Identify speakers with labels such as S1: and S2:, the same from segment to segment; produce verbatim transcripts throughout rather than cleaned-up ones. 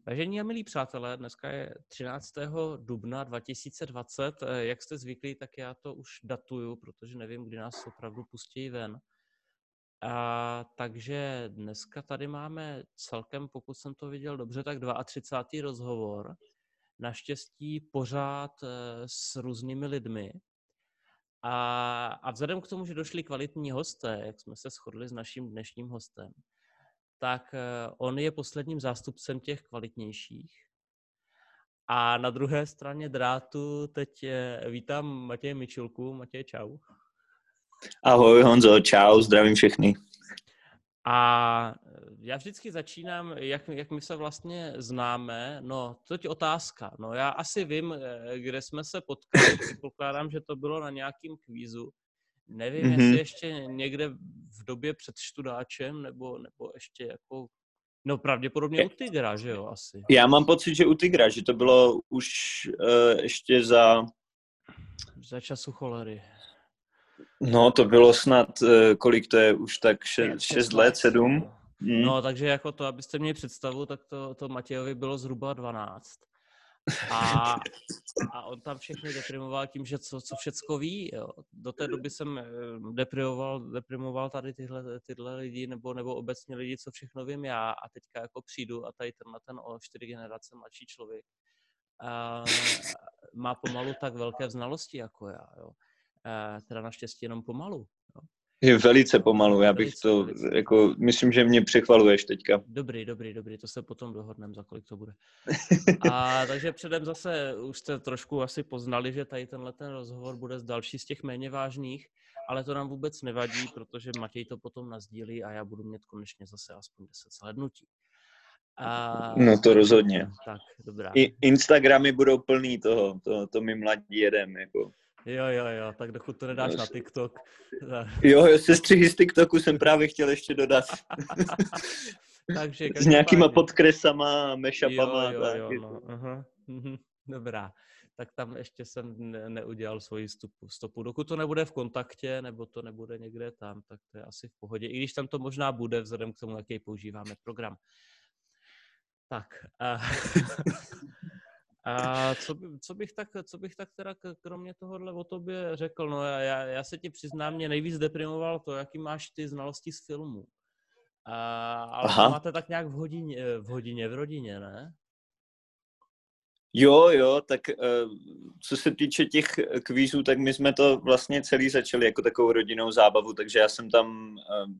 S1: Vážení a milí přátelé, dneska je třináctého dubna dva tisíce dvacet. Jak jste zvyklí, tak já to už datuju, protože nevím, kdy nás opravdu pustí ven. A, takže dneska tady máme celkem, pokud jsem to viděl dobře, tak třicátý druhý rozhovor. Naštěstí pořád s různými lidmi. A, a vzhledem k tomu, že došli kvalitní hosté, jak jsme se shodli s naším dnešním hostem, tak on je posledním zástupcem těch kvalitnějších. A na druhé straně drátu teď vítám Matěje Mičulku. Matěj, čau.
S2: Ahoj Honzo, čau, zdravím všechny.
S1: A já vždycky začínám, jak, jak my se vlastně známe. No, to je otázka. No, já asi vím, kde jsme se potkali. Předpokládám, že to bylo na nějakým kvízu. Nevím, mm-hmm. jestli ještě někde v době před študáčem, nebo, nebo ještě jako... No pravděpodobně u Tygra, že jo, asi.
S2: Já mám pocit, že u Tygra, že to bylo už uh, ještě za...
S1: Za času cholery.
S2: No, to bylo snad, uh, kolik to je, už tak še- šest let, sedm.
S1: Mm. No, takže jako to, abyste měli představu, tak to, to Matějovi bylo zhruba dvanáct. A, a on tam všechny deprimoval tím, že co, co všecko ví. Jo. Do té doby jsem deprimoval, deprimoval tady tyhle, tyhle lidi, nebo, nebo obecně lidi, co všechno vím já. A teďka jako přijdu a tady tenhle ten o čtyři generace mladší člověk a, má pomalu tak velké znalosti jako já. Jo. A, teda naštěstí jenom pomalu. Jo.
S2: Je velice pomalu, já bych
S1: velice,
S2: to,
S1: velice.
S2: jako, myslím, že mě přechvaluješ teďka.
S1: Dobrý, dobrý, dobrý, to se potom dohodneme, za kolik to bude. A takže předem zase už jste trošku asi poznali, že tady tenhle ten rozhovor bude z další z těch méně vážných, ale to nám vůbec nevadí, protože Matěj to potom nasdílí a já budu mít konečně zase aspoň deset slednutí. A,
S2: no to rozhodně.
S1: Tak, dobrá.
S2: I, Instagramy budou plný toho, to, to my mladí jedem, jako.
S1: Jo, jo, jo, tak dokud to nedáš no, na TikTok.
S2: Jo, jo, sestřihy z TikToku jsem právě chtěl ještě dodat.
S1: Takže,
S2: s nějakýma podkresama, mashupama.
S1: Jo, jo, jo, no. Aha. Dobrá. Tak tam ještě jsem ne- neudělal svoji stopu, stopu. Dokud to nebude v kontaktě, nebo to nebude někde tam, tak to je asi v pohodě. I když tam to možná bude, vzhledem k tomu, jaký používáme program. Tak. A, a co, by, co, bych tak, co bych tak teda kromě tohohle o tobě řekl? No já, já se ti přiznám, mě nejvíc deprimoval to, jaký máš ty znalosti z filmu. A, ale Aha. to máte tak nějak v hodině, v hodině, v rodině, ne?
S2: Jo, jo, tak co se týče těch kvízů, tak my jsme to vlastně celý začali jako takovou rodinnou zábavu, takže já jsem tam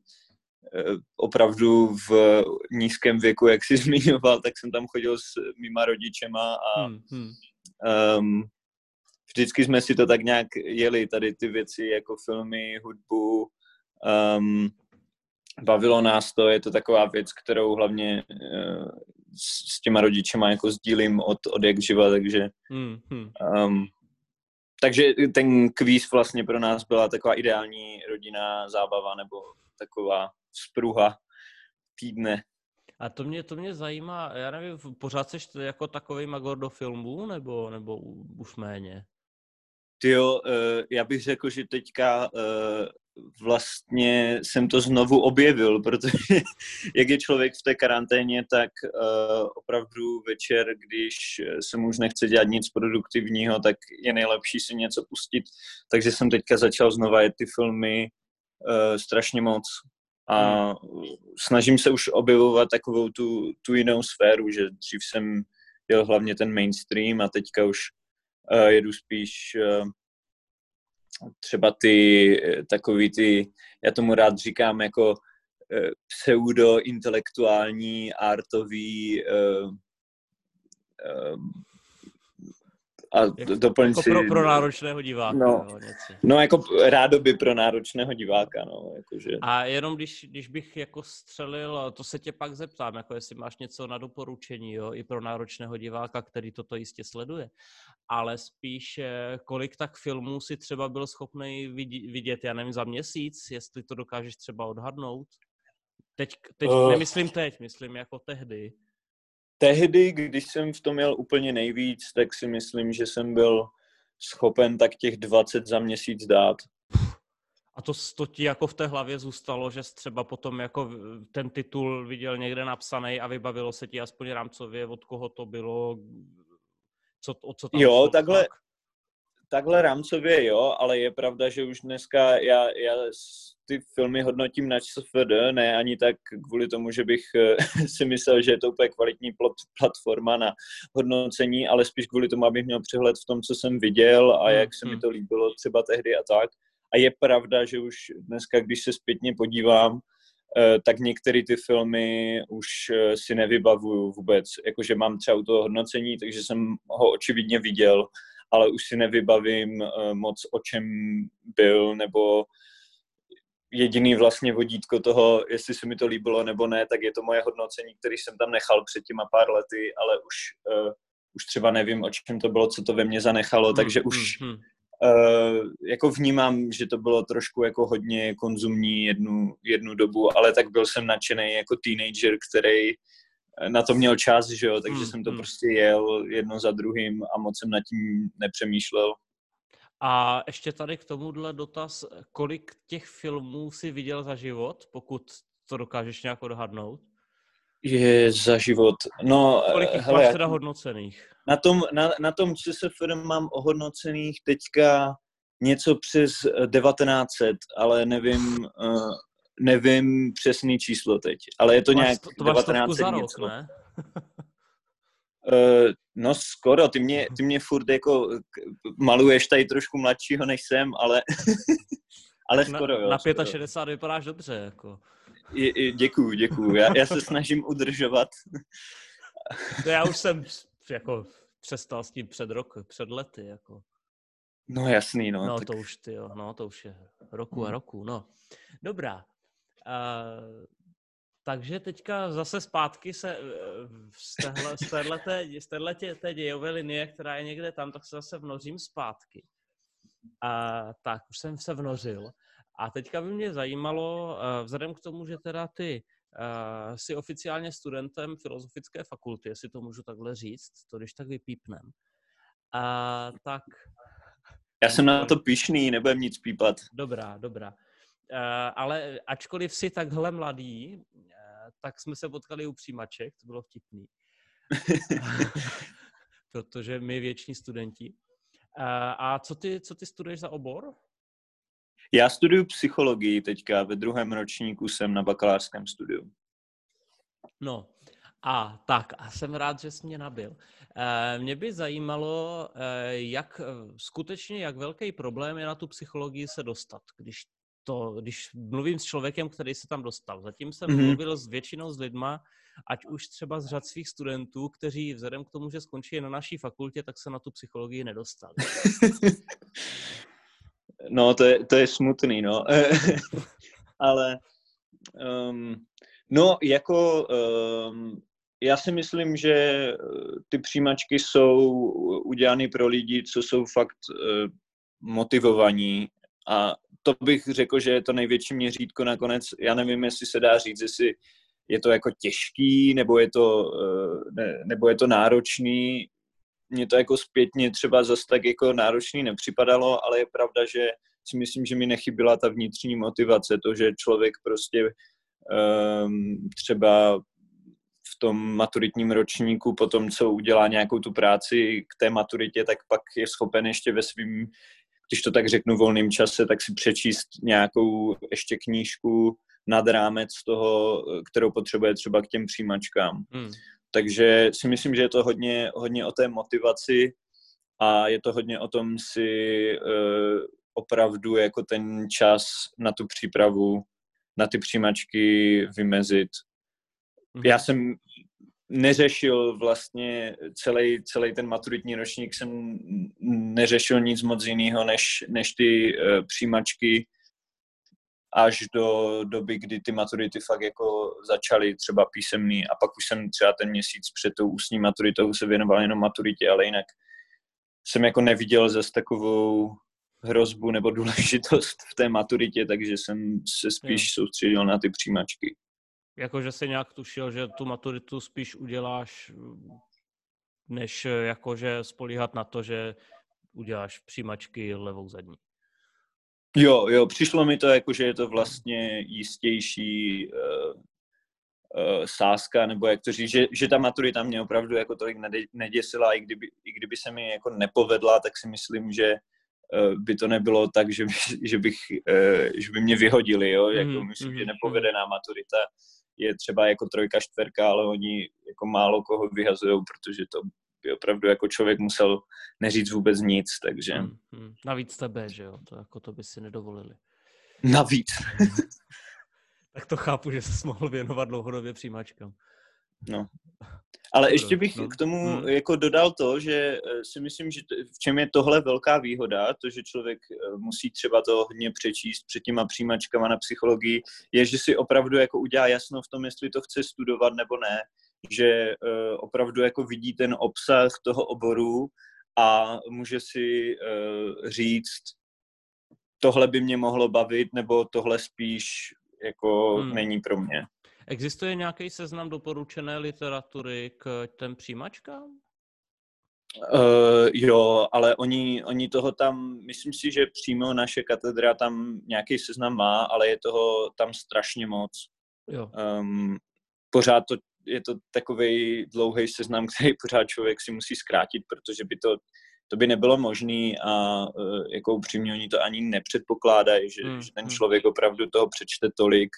S2: opravdu v nízkém věku, jak jsi zmiňoval, tak jsem tam chodil s mýma rodičema a hmm, hmm. Um, vždycky jsme si to tak nějak jeli, tady ty věci jako filmy, hudbu, um, bavilo nás to, je to taková věc, kterou hlavně uh, s, s těma rodičema jako sdílím od, od jak živa, takže hmm, hmm. Um, takže ten kvíz vlastně pro nás byla taková ideální rodinná zábava nebo taková spruha týdne.
S1: A to mě, to mě zajímá, já nevím, pořád seš jako takovej magor do filmů, nebo, nebo už méně?
S2: Tyjo, já bych řekl, že teďka vlastně jsem to znovu objevil, protože jak je člověk v té karanténě, tak opravdu večer, když se mu už nechce dělat nic produktivního, tak je nejlepší si něco pustit. Takže jsem teďka začal znova jet ty filmy strašně moc. A snažím se už objevovat takovou tu, tu jinou sféru, že dřív jsem jel hlavně ten mainstream a teďka už uh, jedu spíš uh, třeba ty takový ty, já tomu rád říkám jako uh, pseudo-intelektuální, artový uh, uh, a doplň
S1: jako
S2: si...
S1: Pro, pro náročného diváka.
S2: No,
S1: jo, něco.
S2: no jako rádoby pro náročného diváka. No, jakože.
S1: A jenom když, když bych jako střelil, to se tě pak zeptám, jako jestli máš něco na doporučení, jo, i pro náročného diváka, který toto jistě sleduje. Ale spíš, kolik tak filmů si třeba byl schopný vidět, já nevím, za měsíc, jestli to dokážeš třeba odhadnout? Teď, teď uh. nemyslím teď, myslím jako tehdy.
S2: Tehdy, když jsem v tom jel úplně nejvíc, tak si myslím, že jsem byl schopen tak těch dvacet za měsíc dát.
S1: A to, to ti jako v té hlavě zůstalo, že jsi třeba potom jako ten titul viděl někde napsaný a vybavilo se ti aspoň rámcově, od koho to bylo, co, o co tam
S2: Jo,
S1: šlo
S2: takhle,
S1: fakt?
S2: takhle rámcově jo, ale je pravda, že už dneska já, já ty filmy hodnotím na ČSFD, ne ani tak kvůli tomu, že bych si myslel, že je to úplně kvalitní platforma na hodnocení, ale spíš kvůli tomu, abych měl přehled v tom, co jsem viděl a
S1: hmm,
S2: jak se
S1: hmm.
S2: mi to líbilo třeba tehdy a tak. A je pravda, že už dneska, když se zpětně podívám, tak některé ty filmy už si nevybavuju vůbec. Jakože mám třeba u toho hodnocení, takže jsem ho očividně viděl, ale už si nevybavím moc, o čem byl, nebo jediný vlastně vodítko toho, jestli se mi to líbilo nebo ne, tak je to moje hodnocení, který jsem tam nechal před těma pár lety, ale už, uh, už třeba nevím, o čem to bylo, co to ve mně zanechalo,
S1: hmm,
S2: takže už
S1: hmm, hmm.
S2: Uh, jako vnímám, že to bylo trošku jako hodně konzumní jednu, jednu dobu, ale tak byl jsem nadšený jako teenager, který na to měl čas, že jo, takže
S1: hmm,
S2: jsem to
S1: hmm.
S2: prostě jel jedno za druhým a moc jsem nad tím nepřemýšlel.
S1: A ještě tady k tomuhle dotaz, kolik těch filmů si viděl za život, pokud to dokážeš nějak odhadnout?
S2: Je za život. No,
S1: Kolik jich
S2: hele,
S1: máš teda hodnocených?
S2: Na tom, na, na tom ČSFD mám ohodnocených teďka něco přes devatenáct set, ale nevím, uh, nevím přesný číslo teď. Ale je to,
S1: to
S2: nějak
S1: máš, to máš
S2: devatenáct set
S1: za rok,
S2: něco.
S1: ne?
S2: Uh, no skoro, ty mě, ty mě furt jako maluješ tady trošku mladšího než jsem, ale, ale skoro,
S1: na,
S2: jo.
S1: Na šedesát pět vypadáš dobře, jako.
S2: Je, je, děkuju, děkuju. Já, já se snažím udržovat.
S1: To já už jsem jako přestal s tím před rok, před lety, jako.
S2: No jasný, no.
S1: No
S2: tak...
S1: to už, ty jo, no to už je roku a roku, no. Dobrá. Uh, takže teďka zase zpátky se z téhle, z téhleté, z téhleté té dějové linie, která je někde tam, tak se zase vnořím zpátky. A tak, už jsem se vnořil. A teďka by mě zajímalo, vzhledem k tomu, že teda ty uh, jsi oficiálně studentem Filozofické fakulty, jestli to můžu takhle říct, to když tak vypípnem. Uh, tak...
S2: Já jsem na to pyšný, nebudem nic pípat.
S1: Dobrá, dobrá. Uh, ale ačkoliv jsi takhle mladý, uh, tak jsme se potkali u přijímaček, to bylo vtipný. Protože my věční studenti. Uh, a co ty, co ty studuješ za obor?
S2: Já studuju psychologii teďka, ve druhém ročníku jsem na bakalářském studiu.
S1: No a tak, a jsem rád, že jsi mě nabil. E, mě by zajímalo, e, jak skutečně, jak velký problém je na tu psychologii se dostat, když, to, když mluvím s člověkem, který se tam dostal. Zatím jsem mm-hmm. mluvil s většinou s lidma, ať už třeba z řad svých studentů, kteří vzhledem k tomu, že skončí na naší fakultě, tak se na tu psychologii nedostali.
S2: No, to je, to je smutný, no. Ale, um, no, jako, um, já si myslím, že ty přijímačky jsou udělány pro lidi, co jsou fakt uh, motivovaní. A to bych řekl, že je to největší měřítko nakonec. Já nevím, jestli se dá říct, jestli je to jako těžký, nebo je to, uh, ne, nebo je to náročný. Mně to jako zpětně třeba zase tak jako náročný nepřipadalo, ale je pravda, že si myslím, že mi nechyběla ta vnitřní motivace, to, že člověk prostě um, třeba v tom maturitním ročníku potom, co udělá nějakou tu práci k té maturitě, tak pak je schopen ještě ve svým, když to tak řeknu, volným čase, tak si přečíst nějakou ještě knížku nad rámec toho, kterou potřebuje třeba k těm přijímačkám. Hmm. Takže si myslím, že je to hodně, hodně o té motivaci a je to hodně o tom si uh, opravdu jako ten čas na tu přípravu, na ty přijímačky vymezit. Mm-hmm. Já jsem neřešil vlastně celý, celý ten maturitní ročník, jsem neřešil nic moc jiného, než, než ty uh, přijímačky až do doby, kdy ty maturity fakt jako začaly třeba písemný a pak už jsem třeba ten měsíc před tou ústní maturitou se věnoval jenom maturitě, ale jinak jsem jako neviděl zase takovou hrozbu nebo důležitost v té maturitě, takže jsem se spíš jo. soustředil na ty přijímačky.
S1: Jakože jsi nějak tušil, že tu maturitu spíš uděláš, než jakože spolíhat na to, že uděláš přijímačky levou zadní.
S2: Jo, jo, přišlo mi to jako, že je to vlastně jistější uh, uh, sázka, nebo jak to říct, že, že ta maturita mě opravdu jako tolik neděsila, i kdyby, i kdyby se mi jako nepovedla, tak si myslím, že uh, by to nebylo tak, že by, že bych, uh, že by mě vyhodili, jo, jako
S1: Mm,
S2: myslím,
S1: mm,
S2: že nepovedená maturita je třeba jako trojka, čtverka, ale oni jako málo koho vyhazujou, protože to by opravdu jako člověk musel neříct vůbec nic, takže...
S1: mm, mm. Navíc tebe, že jo, to jako to by si nedovolili.
S2: Navíc.
S1: Tak to chápu, že jsi mohl věnovat dlouhodobě přijímačkám.
S2: No. Ale
S1: Dobro,
S2: ještě bych
S1: no.
S2: k tomu
S1: hmm.
S2: jako dodal to, že si myslím, že v čem je tohle velká výhoda, to, že člověk musí třeba to hodně přečíst před těma přijímačkama na psychologii, je, že si opravdu jako udělá jasno v tom, jestli to chce studovat nebo ne, že uh, opravdu jako vidí ten obsah toho oboru a může si uh, říct, tohle by mě mohlo bavit, nebo tohle spíš jako hmm. není pro mě.
S1: Existuje nějaký seznam doporučené literatury k těm přijímačkám?
S2: Uh, jo, ale oni, oni toho tam, myslím si, že přímo naše katedra tam nějaký seznam má, ale je toho tam strašně moc.
S1: Jo.
S2: Um, pořád to, je to takovej dlouhý seznam, který pořád člověk si musí zkrátit, protože by to, to by nebylo možný a uh, jako upřímně oni to ani nepředpokládají, že, hmm. že ten člověk opravdu toho přečte tolik.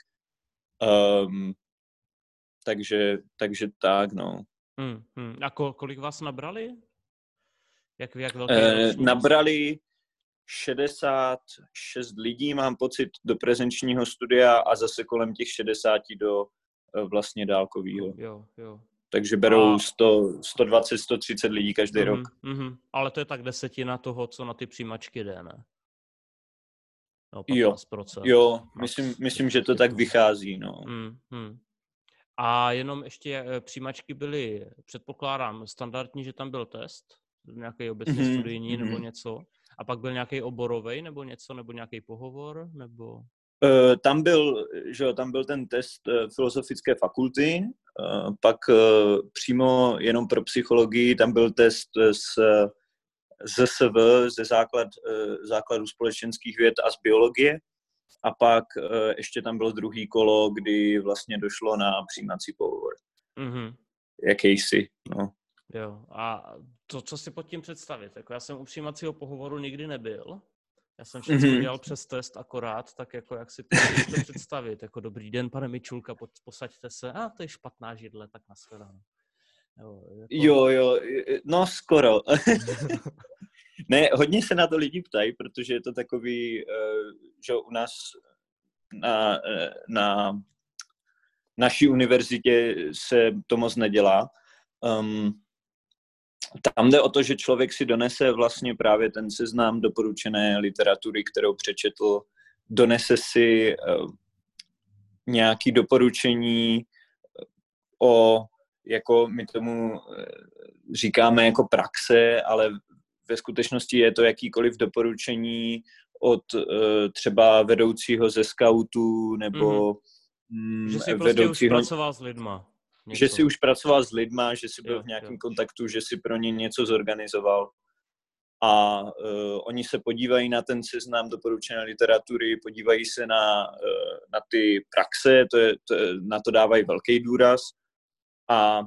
S2: Um, takže, takže tak, no.
S1: Hmm, hmm. A kol, kolik vás nabrali? Jak, jak velký
S2: eh, nabrali šedesát šest lidí, mám pocit, do prezenčního studia a zase kolem těch šedesáti do eh, vlastně dálkovýho.
S1: Jo, jo.
S2: Takže berou
S1: a...
S2: sto, sto dvacet, sto třicet lidí každý mm-hmm, rok.
S1: Mm-hmm. Ale to je tak desetina toho, co na ty přijímačky jde, ne? No,
S2: jo, jo myslím, myslím, že to tak vychází. No.
S1: Mm-hmm. A jenom ještě přijímačky byly, předpokládám, standardní, že tam byl test, nějaký obecně mm-hmm, studijní mm-hmm. nebo něco. A pak byl nějaký oborovej nebo něco, nebo nějaký pohovor, nebo...
S2: Uh, tam byl, že jo, tam byl ten test uh, filozofické fakulty, uh, pak uh, přímo jenom pro psychologii, tam byl test z Z S V, ze základ, uh, základu společenských věd a z biologie. A pak uh, ještě tam bylo druhý kolo, kdy vlastně došlo na přijímací pohovor.
S1: Mm-hmm.
S2: Jakýsi, no.
S1: Jo, a to, co si pod tím představit, jako já jsem u přijímacího pohovoru nikdy nebyl, já jsem všechno mm-hmm. dělal přes test akorát, tak jako jak si to můžete představit, jako dobrý den, pane Mičulka, posaďte se, a to je špatná židle, tak nashledanou. Jo, jako...
S2: jo, jo, no skoro. Ne, hodně se na to lidi ptají, protože je to takový, že u nás na, na naší univerzitě se to moc nedělá. Um, tam jde o to, že člověk si donese vlastně právě ten seznam doporučené literatury, kterou přečetl, donese si uh, nějaké doporučení o, jako my tomu říkáme jako praxe, ale ve skutečnosti je to jakýkoliv doporučení od uh, třeba vedoucího ze skautů nebo
S1: mm-hmm. Že jsi prostě vedoucího... už pracoval s lidma.
S2: Něco. Že jsi už pracoval s lidma, že jsi byl jo, v nějakém jo. kontaktu, že jsi pro ně něco zorganizoval. A uh, oni se podívají na ten seznam doporučené literatury, podívají se na, uh, na ty praxe, to je, to je, na to dávají velký důraz. A,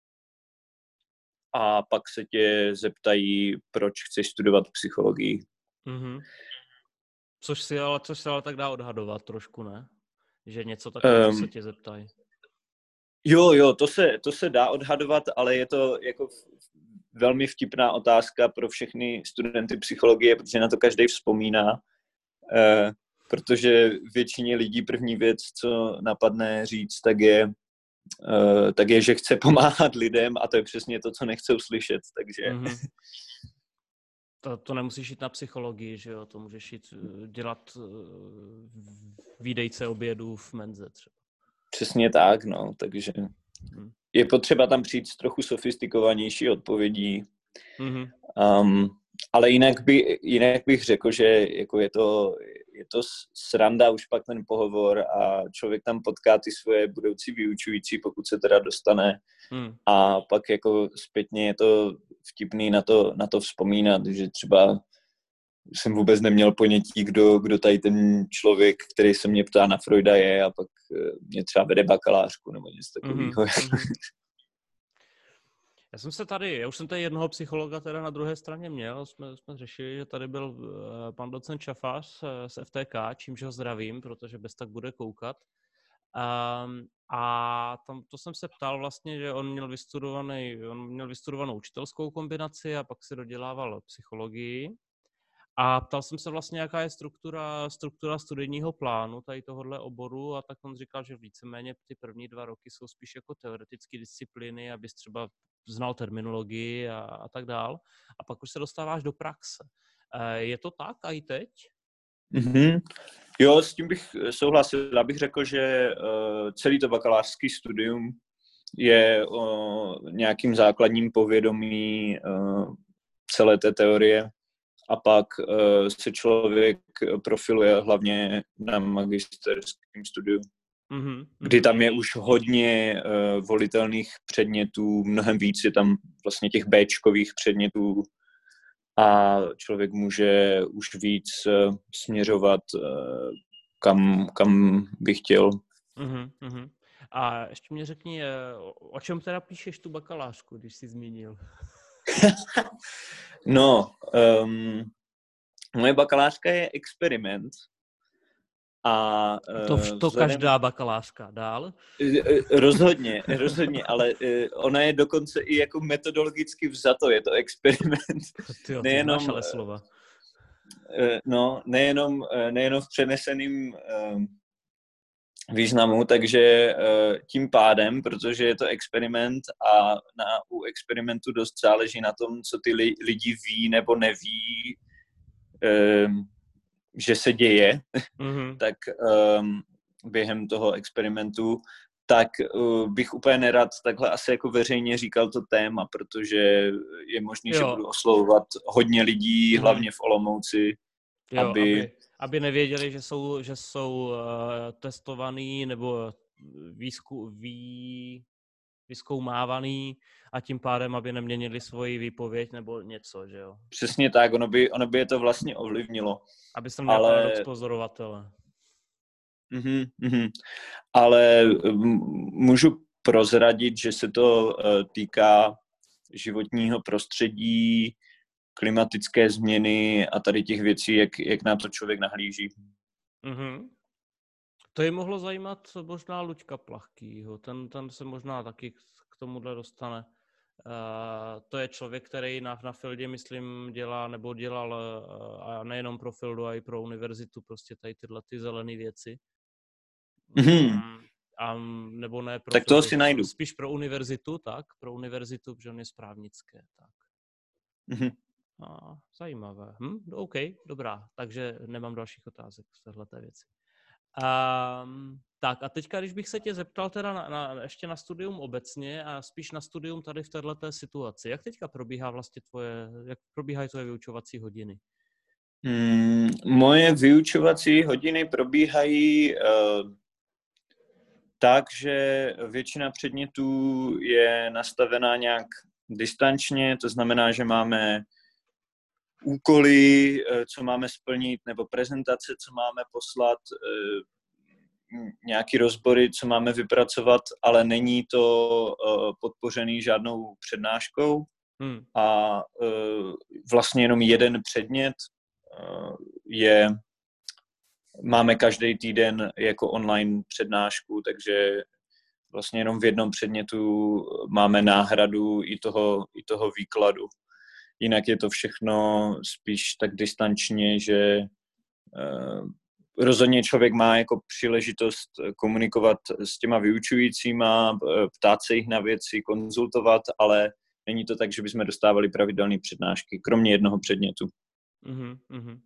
S2: a pak se tě zeptají, proč chceš studovat psychologii.
S1: Mm-hmm. Což si ale, což se ale tak dá odhadovat trošku, ne? Že něco takového um, se tě zeptají.
S2: Jo, jo, to se, to se dá odhadovat, ale je to jako velmi vtipná otázka pro všechny studenty psychologie, protože na to každý vzpomíná, eh, protože většině lidí první věc, co napadne říct, tak je, eh, tak je, že chce pomáhat lidem a to je přesně to, co nechcou slyšet, takže...
S1: Mm-hmm. To, to nemusíš jít na psychologii, že jo, to můžeš jít dělat výdejce obědů v menze třeba.
S2: Přesně tak, no, takže je potřeba tam přijít s trochu sofistikovanější odpovědí. Mm-hmm. Um, ale jinak, by, jinak bych řekl, že jako je, to, je to sranda už pak ten pohovor a člověk tam potká ty svoje budoucí vyučující, pokud se teda dostane. Mm. A pak jako zpětně je to vtipný na to, na to vzpomínat, že třeba jsem vůbec neměl ponětí, kdo, kdo tady ten člověk, který se mě ptá na Freuda je a pak mě třeba vede bakalářku nebo něco takového.
S1: Mm-hmm. Já jsem se tady, já už jsem tady jednoho psychologa teda na druhé straně měl, jsme, jsme řešili, že tady byl uh, pan docent Čafář uh, z F T K, čímž ho zdravím, protože bez tak bude koukat. Um, a tam to jsem se ptal vlastně, že on měl vystudovaný, on měl vystudovanou učitelskou kombinaci a pak si dodělával psychologii. A ptal jsem se vlastně, jaká je struktura, struktura studijního plánu tady tohohle oboru a tak on říkal, že víceméně ty první dva roky jsou spíš jako teoretické disciplíny, abys třeba znal terminologii a, a tak dál. A pak už se dostáváš do praxe. Je to tak a i teď?
S2: Mm-hmm. Jo, s tím bych souhlasil. Já bych řekl, že uh, celý to bakalářský studium je uh, nějakým základním povědomí uh, celé té teorie a pak uh, se člověk profiluje hlavně na magisterském studiu, mm-hmm. kdy tam je už hodně uh, volitelných předmětů, mnohem víc je tam vlastně těch béčkových předmětů a člověk může už víc uh, směřovat uh, kam, kam by chtěl.
S1: Mm-hmm. A ještě mě řekni, o čem teda píšeš tu bakalářku, když jsi zmínil?
S2: No, um, moje bakalářka je experiment. A, uh,
S1: to to
S2: vzhledem...
S1: každá bakalářka. Dál?
S2: Rozhodně, rozhodně, ale uh, ona je dokonce i jako metodologicky vzato, je to experiment.
S1: Tyjo, ty
S2: nejenom,
S1: znáš ale slova.
S2: Uh, no, nejenom, uh, nejenom v přeneseným uh, významu, takže uh, tím pádem, protože je to experiment a na, u experimentu dost záleží na tom, co ty li, lidi ví nebo neví, um, že se děje, mm-hmm. tak um, během toho experimentu, tak uh, bych úplně nerad takhle asi jako veřejně říkal to téma, protože je možný, jo. že budu oslovovat hodně lidí, mm-hmm. hlavně v Olomouci,
S1: jo,
S2: aby...
S1: aby... aby nevěděli, že jsou, že jsou uh, testovaný nebo výzku, vý, vyzkoumávaný a tím pádem, aby neměnili svoji výpověď nebo něco, že jo?
S2: Přesně tak, ono by, ono by je to vlastně ovlivnilo.
S1: Aby jsem měl ale... paradox pozorovatele.
S2: Mm-hmm, mm-hmm. Ale m- můžu prozradit, že se to uh, týká životního prostředí, klimatické změny a tady těch věcí, jak, jak na to člověk nahlíží.
S1: Mm-hmm. To je mohlo zajímat možná Luďka Plachkýho. Ten, ten se možná taky k tomuhle dostane. Uh, to je člověk, který na, na Fieldě, myslím, dělá nebo dělal uh, a nejenom pro Fieldu, a i pro univerzitu, prostě tady tyhle ty zelené věci.
S2: Mm-hmm.
S1: Um, a, nebo ne pro
S2: tak
S1: Fieldu,
S2: to si najdu.
S1: Spíš pro univerzitu, tak? Pro univerzitu, protože on je z právnické, tak.
S2: Mm-hmm.
S1: A, zajímavé. Hm? OK, dobrá. Takže nemám dalších otázek v téhleté věci. Um, tak a teďka, když bych se tě zeptal teda na, na, ještě na studium obecně a spíš na studium tady v této situaci. Jak teďka probíhá vlastně tvoje, jak probíhají tvoje vyučovací hodiny?
S2: Hmm, moje vyučovací hodiny probíhají uh, tak, že většina předmětů je nastavená nějak distančně, to znamená, že máme úkoly, co máme splnit, nebo prezentace, co máme poslat, nějaký rozbory, co máme vypracovat, ale není to podpořený žádnou přednáškou hmm. a vlastně jenom jeden předmět je, máme každý týden jako online přednášku, takže vlastně jenom v jednom předmětu máme náhradu i toho, i toho výkladu. Jinak je to všechno spíš tak distančně, že uh, rozhodně člověk má jako příležitost komunikovat s těma vyučujícíma, ptát se jich na věci, konzultovat, ale není to tak, že bychom dostávali pravidelné přednášky, kromě jednoho předmětu.
S1: Mm-hmm, mm-hmm.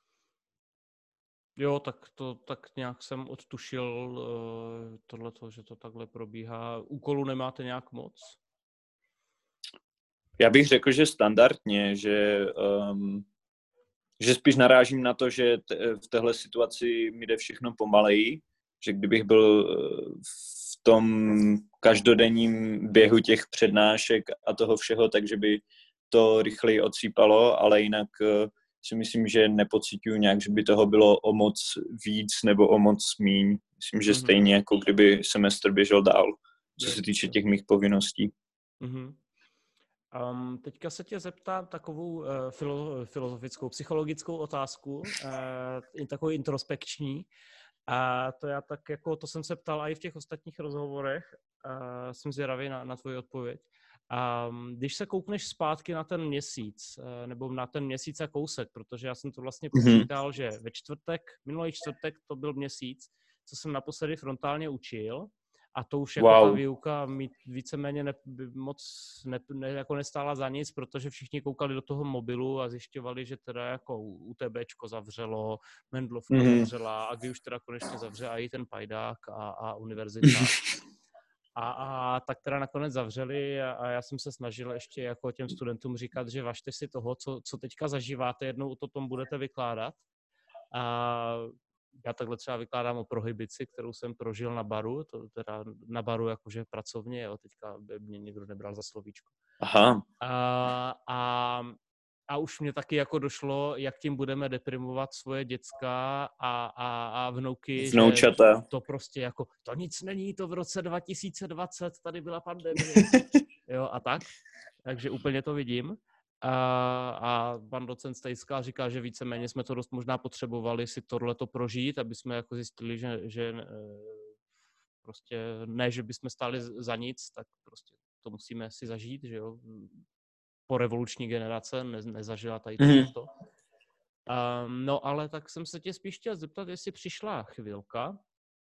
S1: Jo, tak to tak nějak jsem odtušil uh, tohleto, že to takhle probíhá. Úkolů nemáte nějak moc?
S2: Já bych řekl, že standardně, že, um, že spíš narážím na to, že t- v téhle situaci mi jde všechno pomaleji, že kdybych byl v tom každodenním běhu těch přednášek a toho všeho, takže by to rychleji odsýpalo, ale jinak si myslím, že nepociťuju nějak, že by toho bylo o moc víc nebo o moc míň. Myslím, že
S1: Mm-hmm.
S2: stejně jako kdyby semestr běžel dál, co
S1: Jo,
S2: se týče
S1: jo.
S2: těch mých povinností.
S1: Mm-hmm. Um, teďka se tě zeptám takovou uh, filo- filozofickou, psychologickou otázku, uh, takovou introspekční. A to já tak jako, to jsem se ptal i v těch ostatních rozhovorech, uh, jsem zvědavý na, na tvoji odpověď. Um, když se koukneš zpátky na ten měsíc, uh, nebo na ten měsíc a kousek, protože já jsem to vlastně počítal, mm-hmm. že ve čtvrtek, minulý čtvrtek to byl měsíc, co jsem naposledy frontálně učil, a to už jako wow. Ta výuka mi víceméně ne, moc ne, ne, jako nestála za nic, protože všichni koukali do toho mobilu a zjišťovali, že teda jako UTBčko zavřelo, Mendlovka mm-hmm. zavřela a kdy už teda konečně zavře a i ten Pajdák a, a univerzita. A, a tak teda nakonec zavřeli a, a já jsem se snažil ještě jako těm studentům říkat, že važte si toho, co, co teďka zažíváte, jednou o tom budete vykládat. A já takhle třeba vykládám o prohibici, kterou jsem prožil na baru, to teda na baru jakože pracovně, jo, teďka by mě nikdo nebral za slovíčko.
S2: Aha.
S1: A, a, a už mě taky jako došlo, jak tím budeme deprimovat svoje děcka a, a, a vnouky,
S2: Vnoučata.
S1: Že to prostě jako, to nic není, to v roce dva tisíce dvacet, tady byla pandemie, jo, a tak. Takže úplně to vidím. A, a pan docent Stejská říká, že víceméně jsme to dost možná potřebovali si tohleto prožít, aby jsme jako zjistili, že, že prostě ne, že bychom stáli za nic, tak prostě to musíme si zažít, že jo. Po revoluční generace ne, nezažila tady tohleto. Um, no ale tak jsem se tě spíš chtěl zeptat, jestli přišla chvilka,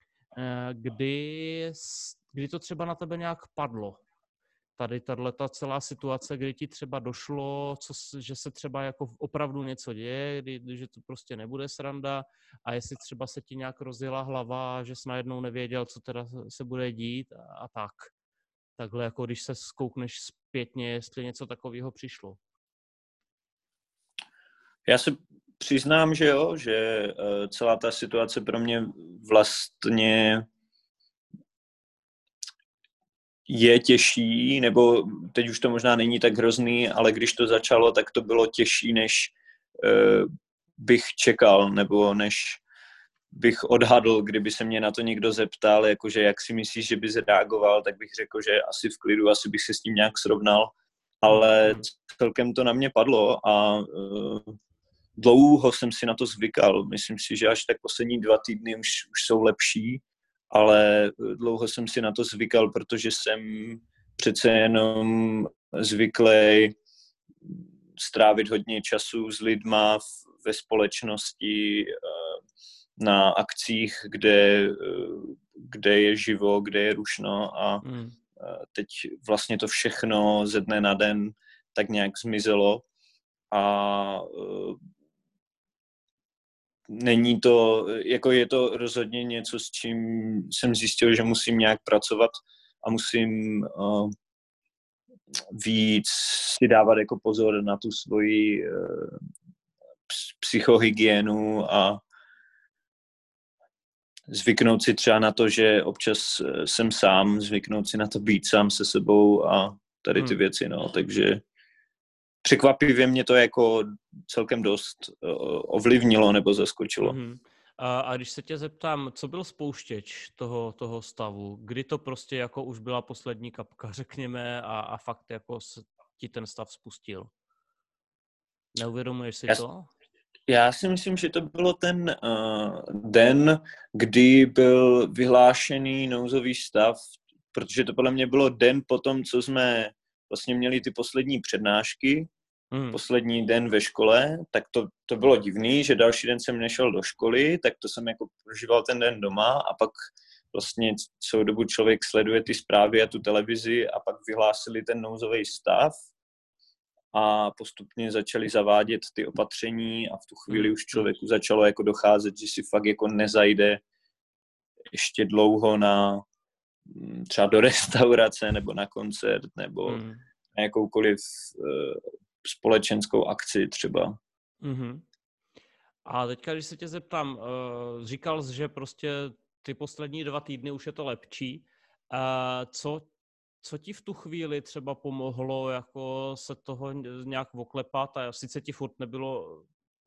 S1: kdy, kdy to třeba na tebe nějak padlo. Tady tato celá situace, kdy ti třeba došlo, co, že se třeba jako opravdu něco děje, kdy, že to prostě nebude sranda a jestli třeba se ti nějak rozjela hlava, že jsi najednou nevěděl, co teda se bude dít a, a tak. Takhle jako když se zkoukneš zpětně, jestli něco takového přišlo.
S2: Já se přiznám, že jo, že celá ta situace pro mě vlastně je těžší, nebo teď už to možná není tak hrozný, ale když to začalo, tak to bylo těžší, než uh, bych čekal, nebo než bych odhadl, kdyby se mě na to někdo zeptal, jakože jak si myslíš, že bys reagoval, tak bych řekl, že asi v klidu, asi bych se s tím nějak srovnal, ale celkem to na mě padlo a uh, dlouho jsem si na to zvykal. Myslím si, že až tak poslední dva týdny už, už jsou lepší, ale dlouho jsem si na to zvykal, protože jsem přece jenom zvyklý strávit hodně času s lidma ve společnosti, na akcích, kde, kde je živo, kde je rušno a mm. teď vlastně to všechno ze dne na den tak nějak zmizelo a není to, jako je to rozhodně něco, s čím jsem zjistil, že musím nějak pracovat a musím uh, víc si dávat jako pozor na tu svoji uh, psychohygienu a zvyknout si třeba na to, že občas jsem sám, zvyknout si na to být sám se sebou a tady ty hmm. věci, no, takže překvapivě mě to jako celkem dost ovlivnilo nebo zaskočilo.
S1: Mm-hmm. A, a když se tě zeptám, co byl spouštěč toho, toho stavu? Kdy to prostě jako už byla poslední kapka, řekněme, a, a fakt jako ti ten stav spustil? Neuvědomuješ si
S2: já,
S1: to?
S2: Já si myslím, že to bylo ten uh, den, kdy byl vyhlášený nouzový stav, protože to podle mě bylo den po tom, co jsme vlastně měli ty poslední přednášky, Hmm. poslední den ve škole, tak to, to bylo divný, že další den jsem nešel do školy, tak to jsem jako prožíval ten den doma a pak vlastně celou dobu člověk sleduje ty zprávy a tu televizi a pak vyhlásili ten nouzový stav a postupně začali zavádět ty opatření a v tu chvíli hmm. už člověku začalo jako docházet, že si fakt jako nezajde ještě dlouho na třeba do restaurace nebo na koncert nebo hmm. na jakoukoliv uh, společenskou akci třeba.
S1: Mm-hmm. A teďka, když se tě zeptám, uh, říkal jsi, že prostě ty poslední dva týdny už je to lepší. Uh, co, co ti v tu chvíli třeba pomohlo jako se toho nějak oklepat a sice ti furt nebylo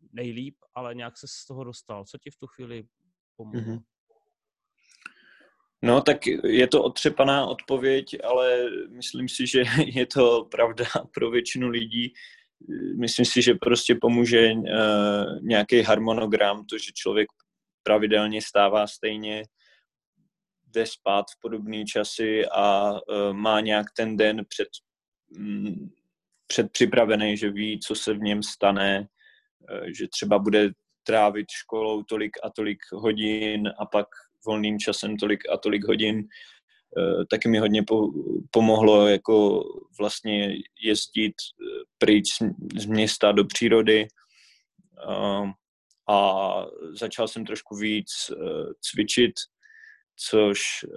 S1: nejlíp, ale nějak se z toho dostal. Co ti v tu chvíli pomohlo?
S2: Mm-hmm. No, tak je to otřepaná odpověď, ale myslím si, že je to pravda pro většinu lidí. Myslím si, že prostě pomůže uh, nějaký harmonogram, to, že člověk pravidelně stává stejně, jde spát v podobné časy a uh, má nějak ten den před, um, předpřipravený, že ví, co se v něm stane, uh, že třeba bude trávit školou tolik a tolik hodin a pak volným časem tolik a tolik hodin. Taky mi hodně po, pomohlo jako vlastně jezdit pryč z města do přírody a začal jsem trošku víc cvičit, což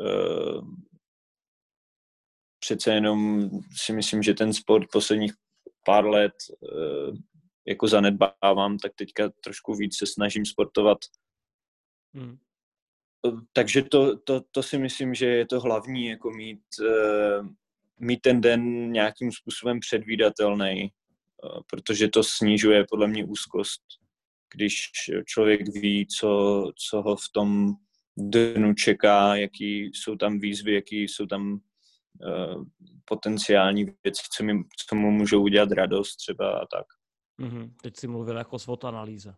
S2: přece jenom si myslím, že ten sport posledních pár let jako zanedbávám, tak teďka trošku víc se snažím sportovat. Hmm. Takže to, to, to si myslím, že je to hlavní, jako mít, uh, mít ten den nějakým způsobem předvídatelný, uh, protože to snižuje podle mě úzkost, když člověk ví, co, co ho v tom dnu čeká, jaký jsou tam výzvy, jaký jsou tam uh, potenciální věci, co, mi, co mu můžou udělat radost třeba a tak.
S1: Mm-hmm. Teď si mluvil jako SWOT analýza.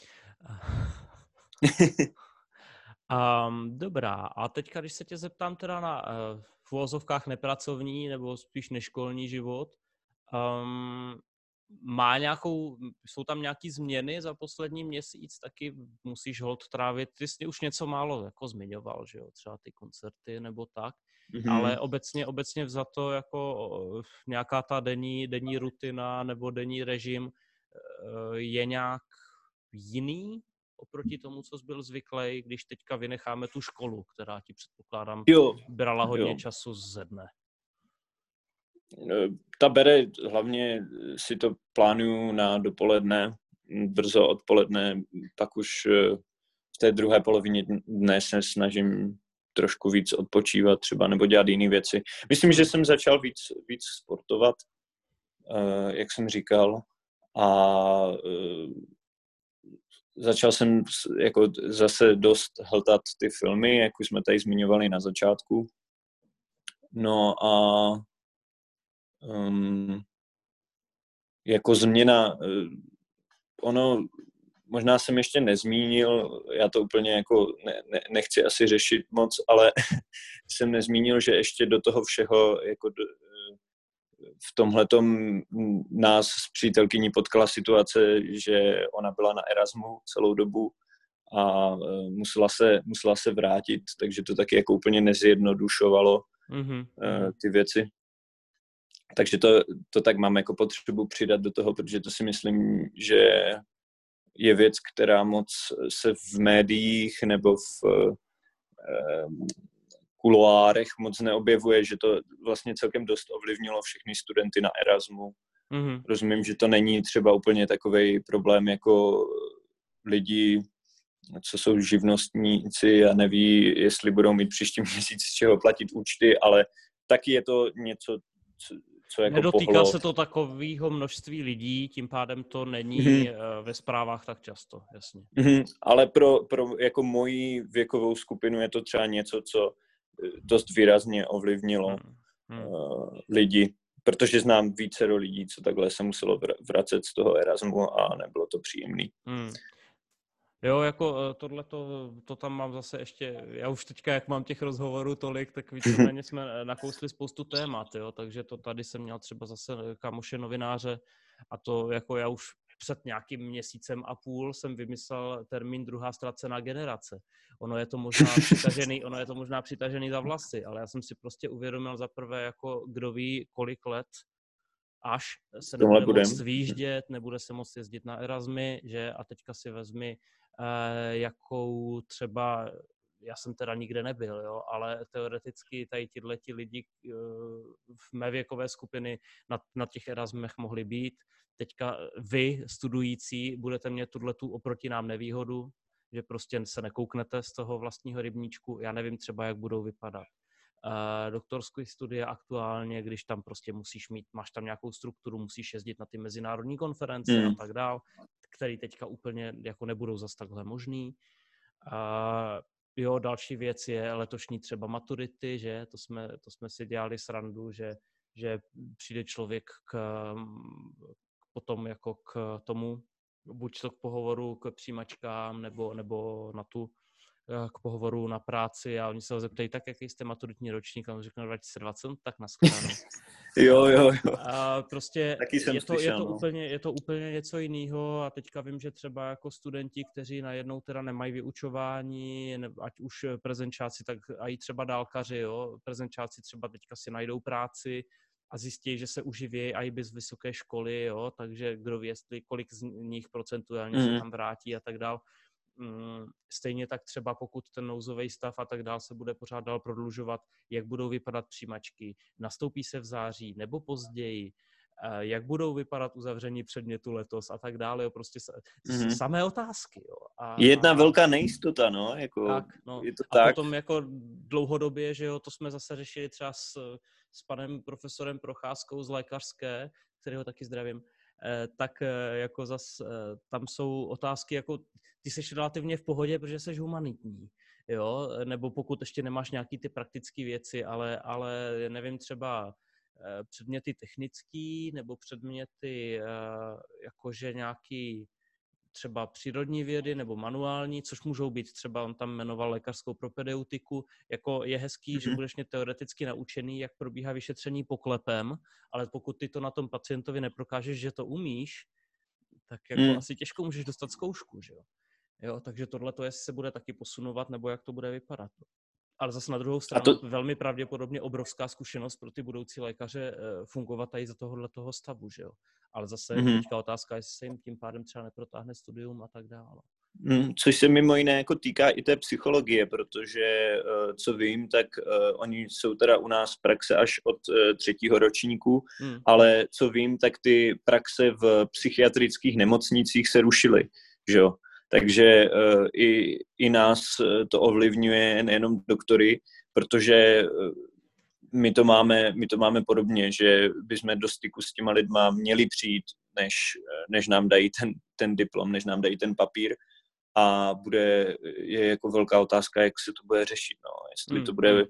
S1: Um, dobrá, a teďka, když se tě zeptám teda na uh, v uvozovkách nepracovní nebo spíš neškolní život, um, má nějakou, jsou tam nějaký změny za poslední měsíc, taky musíš holt trávit, ty jsi už něco málo jako zmiňoval, že jo, třeba ty koncerty nebo tak, mm-hmm. ale obecně, obecně vzato jako uh, nějaká ta denní, denní rutina nebo denní režim uh, je nějak jiný oproti tomu, co jsi byl zvyklý, když teďka vynecháme tu školu, která ti předpokládám
S2: jo,
S1: brala hodně
S2: jo.
S1: času ze dne.
S2: Ta bere, hlavně si to plánuju na dopoledne, brzo odpoledne, pak už v té druhé polovině dne se snažím trošku víc odpočívat třeba nebo dělat jiné věci. Myslím, že jsem začal víc, víc sportovat, jak jsem říkal, a začal jsem jako zase dost hltat ty filmy, jak už jsme tady zmiňovali na začátku. No a um, jako změna, ono, možná jsem ještě nezmínil, já to úplně jako ne, ne, nechci asi řešit moc, ale jsem nezmínil, že ještě do toho všeho jako do, v tomhletom nás s přítelkyní potkala situace, že ona byla na Erasmu celou dobu a musela se, musela se vrátit, takže to taky jako úplně nezjednodušovalo mm-hmm. ty věci. Takže to, to tak mám jako potřebu přidat do toho, protože to si myslím, že je věc, která moc se v médiích nebo v eh, kuloárech moc neobjevuje, že to vlastně celkem dost ovlivnilo všechny studenty na Erasmu. Mm-hmm. Rozumím, že to není třeba úplně takovej problém jako lidi, co jsou živnostníci a neví, jestli budou mít příští měsíc z čeho platit účty, ale taky je to něco, co, co jako
S1: nedotýká
S2: pohled.
S1: se to takového množství lidí, tím pádem to není mm-hmm. ve zprávách tak často, jasně.
S2: Mm-hmm. Ale pro, pro jako moji věkovou skupinu je to třeba něco, co dost výrazně ovlivnilo mm-hmm. uh, lidi, protože znám vícero lidí, co takhle se muselo vracet z toho Erasmu a nebylo to příjemný. Mm.
S1: Jo, jako tohle to tam mám zase ještě, já už teďka, jak mám těch rozhovorů tolik, tak víceméně jsme nakousli spoustu témat, jo, takže to tady jsem měl třeba zase kamoše novináře a to jako já už před nějakým měsícem a půl jsem vymyslel termín druhá ztracená generace. Ono je to možná přitažený, ono je to možná přitažený za vlasy, ale já jsem si prostě uvědomil za prvé, jako kdo ví, kolik let až se nebude moct výjíždět, nebude se moct jezdit na Erasmy, že a teďka si vezmi, eh, jakou třeba, já jsem teda nikde nebyl, jo, ale teoreticky tady tihleti lidi eh, v mé věkové skupiny na, na těch Erasmech mohli být. Teďka vy, studující, budete mít tuhletu oproti nám nevýhodu, že prostě se nekouknete z toho vlastního rybníčku, já nevím třeba, jak budou vypadat. Uh, doktorské studie aktuálně, když tam prostě musíš mít, máš tam nějakou strukturu, musíš jezdit na ty mezinárodní konference mm. a tak dál. který teďka úplně jako nebudou zas takhle možný. A jo, další věc je letošní třeba maturity, že to jsme, to jsme si dělali srandu, že, že přijde člověk k, potom jako k tomu, buď to k pohovoru k přijímačkám, nebo, nebo na tu k pohovoru na práci a oni se ho zeptají, tak jaký jste maturitní ročník, a on řekne dva tisíce dvacet, tak nashledanou.
S2: Jo, jo, jo.
S1: A prostě
S2: Taky jsem
S1: je to,
S2: slyšel,
S1: je, to
S2: no.
S1: úplně, je to úplně něco jiného a teďka vím, že třeba jako studenti, kteří najednou teda nemají vyučování, ne, ať už prezenčáci, tak a i třeba dálkaři, jo, prezenčáci třeba teďka si najdou práci a zjistí, že se uživějí i bez vysoké školy, jo, takže kdo ví, jestli kolik z nich procentuálně mm. se tam vrátí a tak dál. Stejně tak třeba pokud ten nouzový stav a tak dál se bude pořád dál prodlužovat, jak budou vypadat přijímačky, nastoupí se v září nebo později, jak budou vypadat uzavření předmětu letos a tak dále, jo, prostě mm-hmm. samé otázky. Jo. A,
S2: Jedna
S1: a,
S2: velká nejistota, no, jako
S1: tak, no.
S2: je to
S1: a
S2: tak.
S1: potom jako dlouhodobě, že jo, to jsme zase řešili třeba s, s panem profesorem Procházkou z lékařské, kterého taky zdravím, tak jako zas tam jsou otázky, jako ty jsi relativně v pohodě, protože jsi humanitní, jo, nebo pokud ještě nemáš nějaký ty praktické věci, ale, ale nevím, třeba předměty technický, nebo předměty jakože nějaký třeba přírodní vědy nebo manuální, což můžou být třeba, on tam jmenoval lékařskou propedeutiku, jako je hezký, mm-hmm. že budeš mě teoreticky naučený, jak probíhá vyšetření poklepem, ale pokud ty to na tom pacientovi neprokážeš, že to umíš, tak jako mm. asi těžko můžeš dostat zkoušku, že jo. Jo, takže tohle to jestli se bude taky posunovat, nebo jak to bude vypadat. Ale zase na druhou stranu to... velmi pravděpodobně obrovská zkušenost pro ty budoucí lékaře fungovat tady za tohohle toho stavu, že jo. Ale zase mm-hmm. teďka otázka, jestli se jim tím pádem třeba neprotáhne studium a tak dále.
S2: Mm, což se mimo jiné jako týká i té psychologie, protože co vím, tak uh, oni jsou teda u nás praxe až od uh, třetího ročníku, mm. ale co vím, tak ty praxe v psychiatrických nemocnicích se rušily, že jo. Takže uh, i, i nás to ovlivňuje, nejenom doktory, protože my to máme, my to máme podobně, že bychom do styku s těma lidma měli přijít, než, než nám dají ten, ten diplom, než nám dají ten papír. A bude, je jako velká otázka, jak se to bude řešit, no. Jestli mm. to bude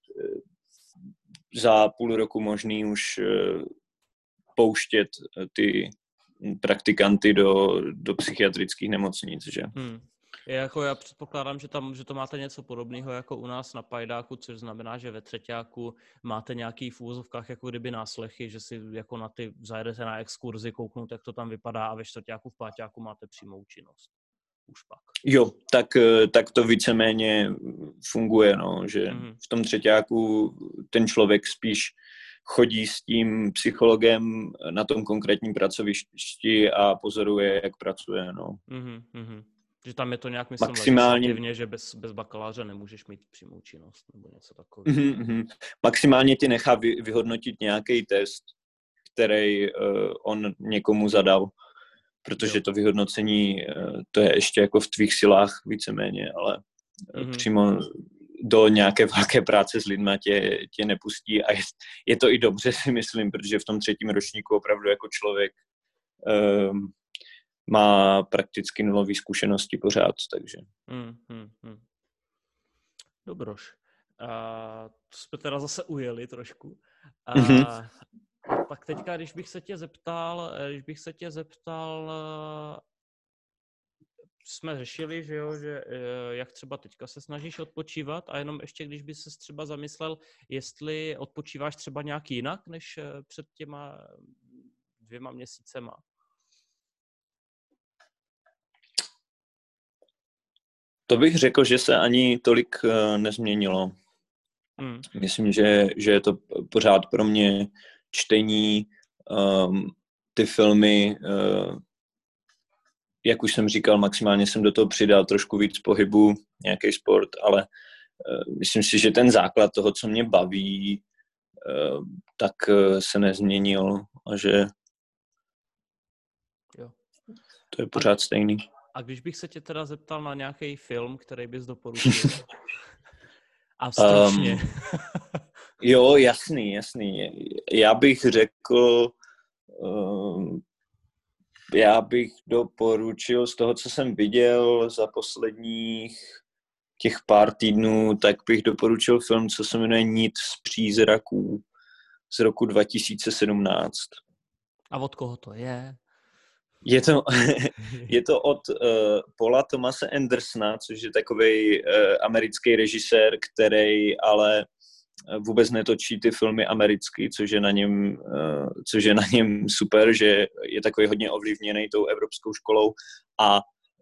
S2: za půl roku možný už pouštět ty praktikanty do, do psychiatrických nemocnic, že?
S1: Hmm. Je jako já předpokládám, že tam, že to máte něco podobného jako u nás na Pajdáku, což znamená, že ve třetíku máte nějaký v úvozovkách jako kdyby náslechy, že si jako na ty zajedete na exkurzi kouknout, jak to tam vypadá, a ve čtvrťáku v páťáku máte přímou činnost. Už pak.
S2: Jo, tak, tak to víceméně funguje, no, že mm-hmm. v tom třetíku ten člověk spíš chodí s tím psychologem na tom konkrétním pracovišti a pozoruje, jak pracuje, no.
S1: Mm-hmm. Že tam je to nějak, myslím,
S2: maximálně...
S1: legislativně, že bez, bez bakaláře nemůžeš mít přímou činnost nebo něco takového.
S2: Mm-hmm. Maximálně ti nechá vy, vyhodnotit nějaký test, který uh, on někomu zadal, protože jo. to vyhodnocení, uh, to je ještě jako v tvých silách víceméně, ale mm-hmm. přímo do nějaké velké práce s lidma tě, tě nepustí a je, je to i dobře, si myslím, protože v tom třetím ročníku opravdu jako člověk um, má prakticky nulové zkušenosti pořád, takže.
S1: Hmm, hmm, hmm. Dobroš. A to jsme teda zase ujeli trošku. A, mm-hmm. Tak teďka, když bych se tě zeptal, když bych se tě zeptal, jsme řešili, že jo, že jak třeba teďka se snažíš odpočívat, a jenom ještě, když bys se třeba zamyslel, jestli odpočíváš třeba nějak jinak, než před těma dvěma měsícema.
S2: To bych řekl, že se ani tolik uh, nezměnilo. Hmm. Myslím, že, že je to pořád pro mě čtení, um, ty filmy, uh, jak už jsem říkal, maximálně jsem do toho přidal trošku víc pohybu, nějaký sport, ale uh, myslím si, že ten základ toho, co mě baví, uh, tak uh, se nezměnil a že
S1: jo.
S2: to je pořád stejný.
S1: A když bych se tě teda zeptal na nějaký film, který bys doporučil? A stručně. Um,
S2: jo, jasný, jasný. Já bych řekl um, já bych doporučil z toho, co jsem viděl za posledních těch pár týdnů, tak bych doporučil film, co se jmenuje Nit z přízraků z roku dva tisíce sedmnáct.
S1: A od koho to je?
S2: Je to, je to od uh, Paula Thomase Andersona, což je takovej uh, americký režisér, který ale vůbec netočí ty filmy americky, což je na něm, uh, což je na něm super, že je takový hodně ovlivněný tou evropskou školou a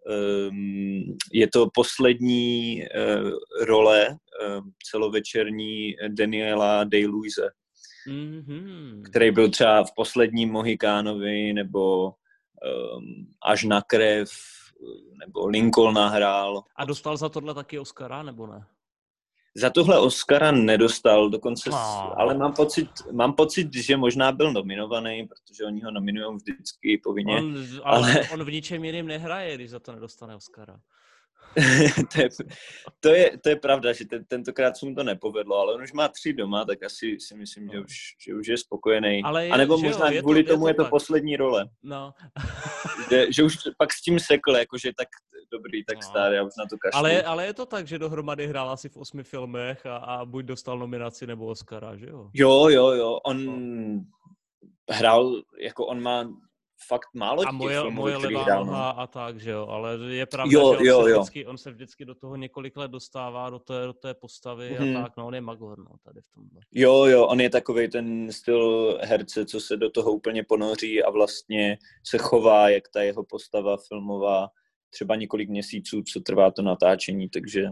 S2: um, je to poslední uh, role uh, celovečerní Daniela Day-Lewise, mm-hmm. který byl třeba v posledním Mohikánovi nebo um, Až na krev nebo Lincolna hrál.
S1: A dostal za tohle taky Oscara, nebo ne?
S2: Za tohle Oscara nedostal, dokonce,
S1: no.
S2: ale mám pocit, mám pocit, že možná byl nominovaný, protože oni ho nominují vždycky povinně.
S1: On, ale, ale on v ničem jiným nehraje, když za to nedostane Oscara.
S2: to, je, to, je, to je pravda, že ten, tentokrát se mu to nepovedlo, ale on už má tři doma, tak asi si myslím, no. že, už, že už je spokojený.
S1: Ale je,
S2: a nebo možná
S1: jo,
S2: kvůli
S1: je to,
S2: tomu je to, je to
S1: tak.
S2: poslední role.
S1: No.
S2: že, že už pak s tím sekl, jakože tak dobrý, tak no. Starý, já už na to kašlu.
S1: Ale, ale je to tak, že dohromady hrál asi v osmi filmech a, a buď dostal nominaci nebo Oscara, že jo?
S2: Jo, jo, jo, on no. hrál, jako on má fakt málo těch
S1: a moje,
S2: filmů,
S1: moje
S2: který
S1: levá
S2: hrál.
S1: noha a tak, že jo, ale je pravda,
S2: jo,
S1: že on,
S2: jo,
S1: se
S2: jo.
S1: vždycky, on se vždycky do toho několik let dostává, do té, do té postavy hmm. a tak, no on je magor, no, tady v tomhle.
S2: Jo, jo, on je takovej ten styl herce, co se do toho úplně ponoří a vlastně se chová, jak ta jeho postava filmová, třeba několik měsíců, co trvá to natáčení, takže...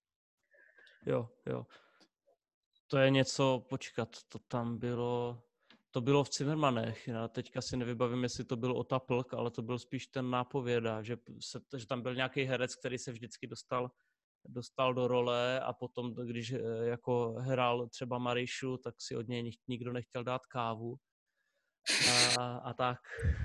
S1: Jo, jo. To je něco, počkat, to tam bylo... To bylo v Zimmermanech, já teďka si nevybavím, jestli to byl Otaplk, ale to byl spíš ten nápověda, že, se, že tam byl nějaký herec, který se vždycky dostal, dostal do role a potom, když jako hrál třeba Marišu, tak si od něj nikdo nechtěl dát kávu a, a tak.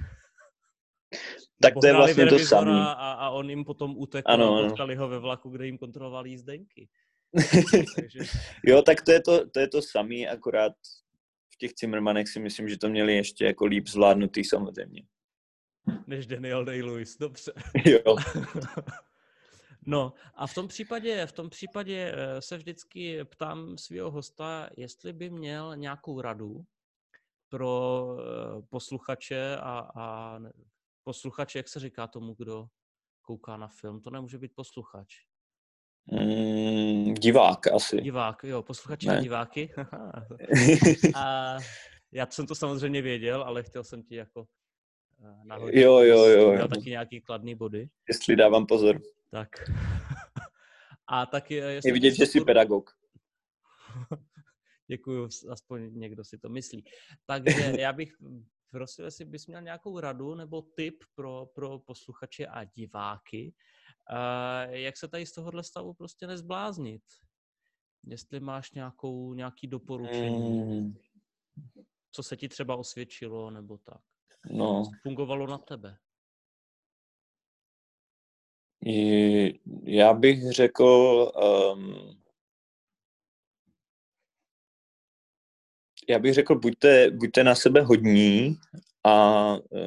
S2: Tak to je vlastně to samé.
S1: A, a on jim potom utekl ano, a potkali ho ve vlaku, kde jim kontrolovali jízdenky. Takže...
S2: Jo, tak to je to, to, je to samé, akorát v těch Zimmermanech si myslím, že to měli ještě jako líp zvládnutý samozřejmě.
S1: Než Daniel Day-Lewis, dobře.
S2: Jo.
S1: No a v tom případě, v tom případě se vždycky ptám svého hosta, jestli by měl nějakou radu pro posluchače a, a posluchače, jak se říká tomu, kdo kouká na film. To nemůže být posluchač.
S2: Mm, divák asi.
S1: Divák, jo, posluchači a diváky. A já jsem to samozřejmě věděl, ale chtěl jsem ti jako nahodit.
S2: Jo, jo, jo.
S1: Měl taky nějaký kladný body.
S2: Jestli dávám pozor.
S1: Tak. A tak je...
S2: Je vidět, že jsi pedagog.
S1: Děkuju, aspoň někdo si to myslí. Takže já bych prosil, jestli bys měl nějakou radu nebo tip pro, pro posluchače a diváky, uh, jak se tady z tohohle stavu prostě nezbláznit. Jestli máš nějakou, nějaký doporučení, mm. co se ti třeba osvědčilo, nebo tak.
S2: No.
S1: Fungovalo na tebe?
S2: Já bych řekl, um, já bych řekl, buďte, buďte na sebe hodní a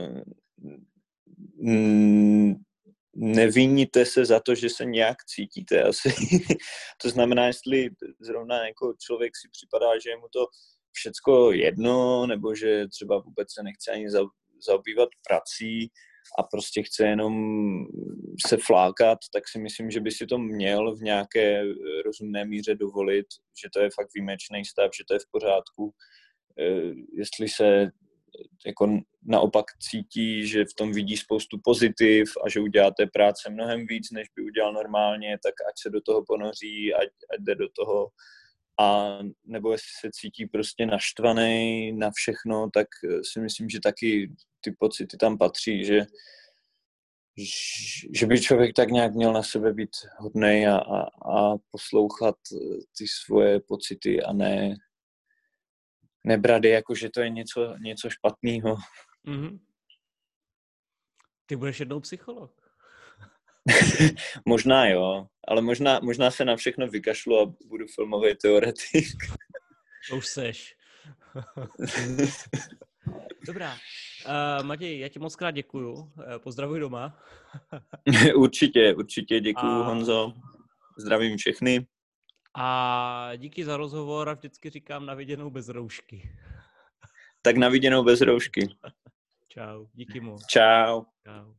S2: um, neviníte se za to, že se nějak cítíte asi. To znamená, jestli zrovna jako člověk si připadá, že je mu to všecko jedno, nebo že třeba vůbec se nechce ani za, zaobývat prací a prostě chce jenom se flákat, tak si myslím, že by si to měl v nějaké rozumné míře dovolit, že to je fakt výjimečný stav, že to je v pořádku. Jestli se jako naopak cítí, že v tom vidí spoustu pozitiv a že udělá té práce mnohem víc, než by udělal normálně, tak ať se do toho ponoří, ať, ať jde do toho. A nebo jestli se cítí prostě naštvaný na všechno, tak si myslím, že taky ty pocity tam patří, že, že by člověk tak nějak měl na sebe být hodnej a, a, a poslouchat ty svoje pocity a ne nebrat je jako, že to je něco, něco špatného.
S1: Mm-hmm. Ty budeš jednou psycholog.
S2: Možná jo, ale možná, možná se na všechno vykašlu a budu filmový teoretik.
S1: Už seš. Dobrá, Uh, Matěj, já ti moc krát děkuju. Uh, pozdravuj doma.
S2: Určitě, určitě děkuju,
S1: A...
S2: Honzo. Zdravím všechny.
S1: A díky za rozhovor a vždycky říkám na viděnou bez roušky.
S2: Tak na viděnou bez roušky.
S1: Čau, díky moc.
S2: Čau.
S1: Čau.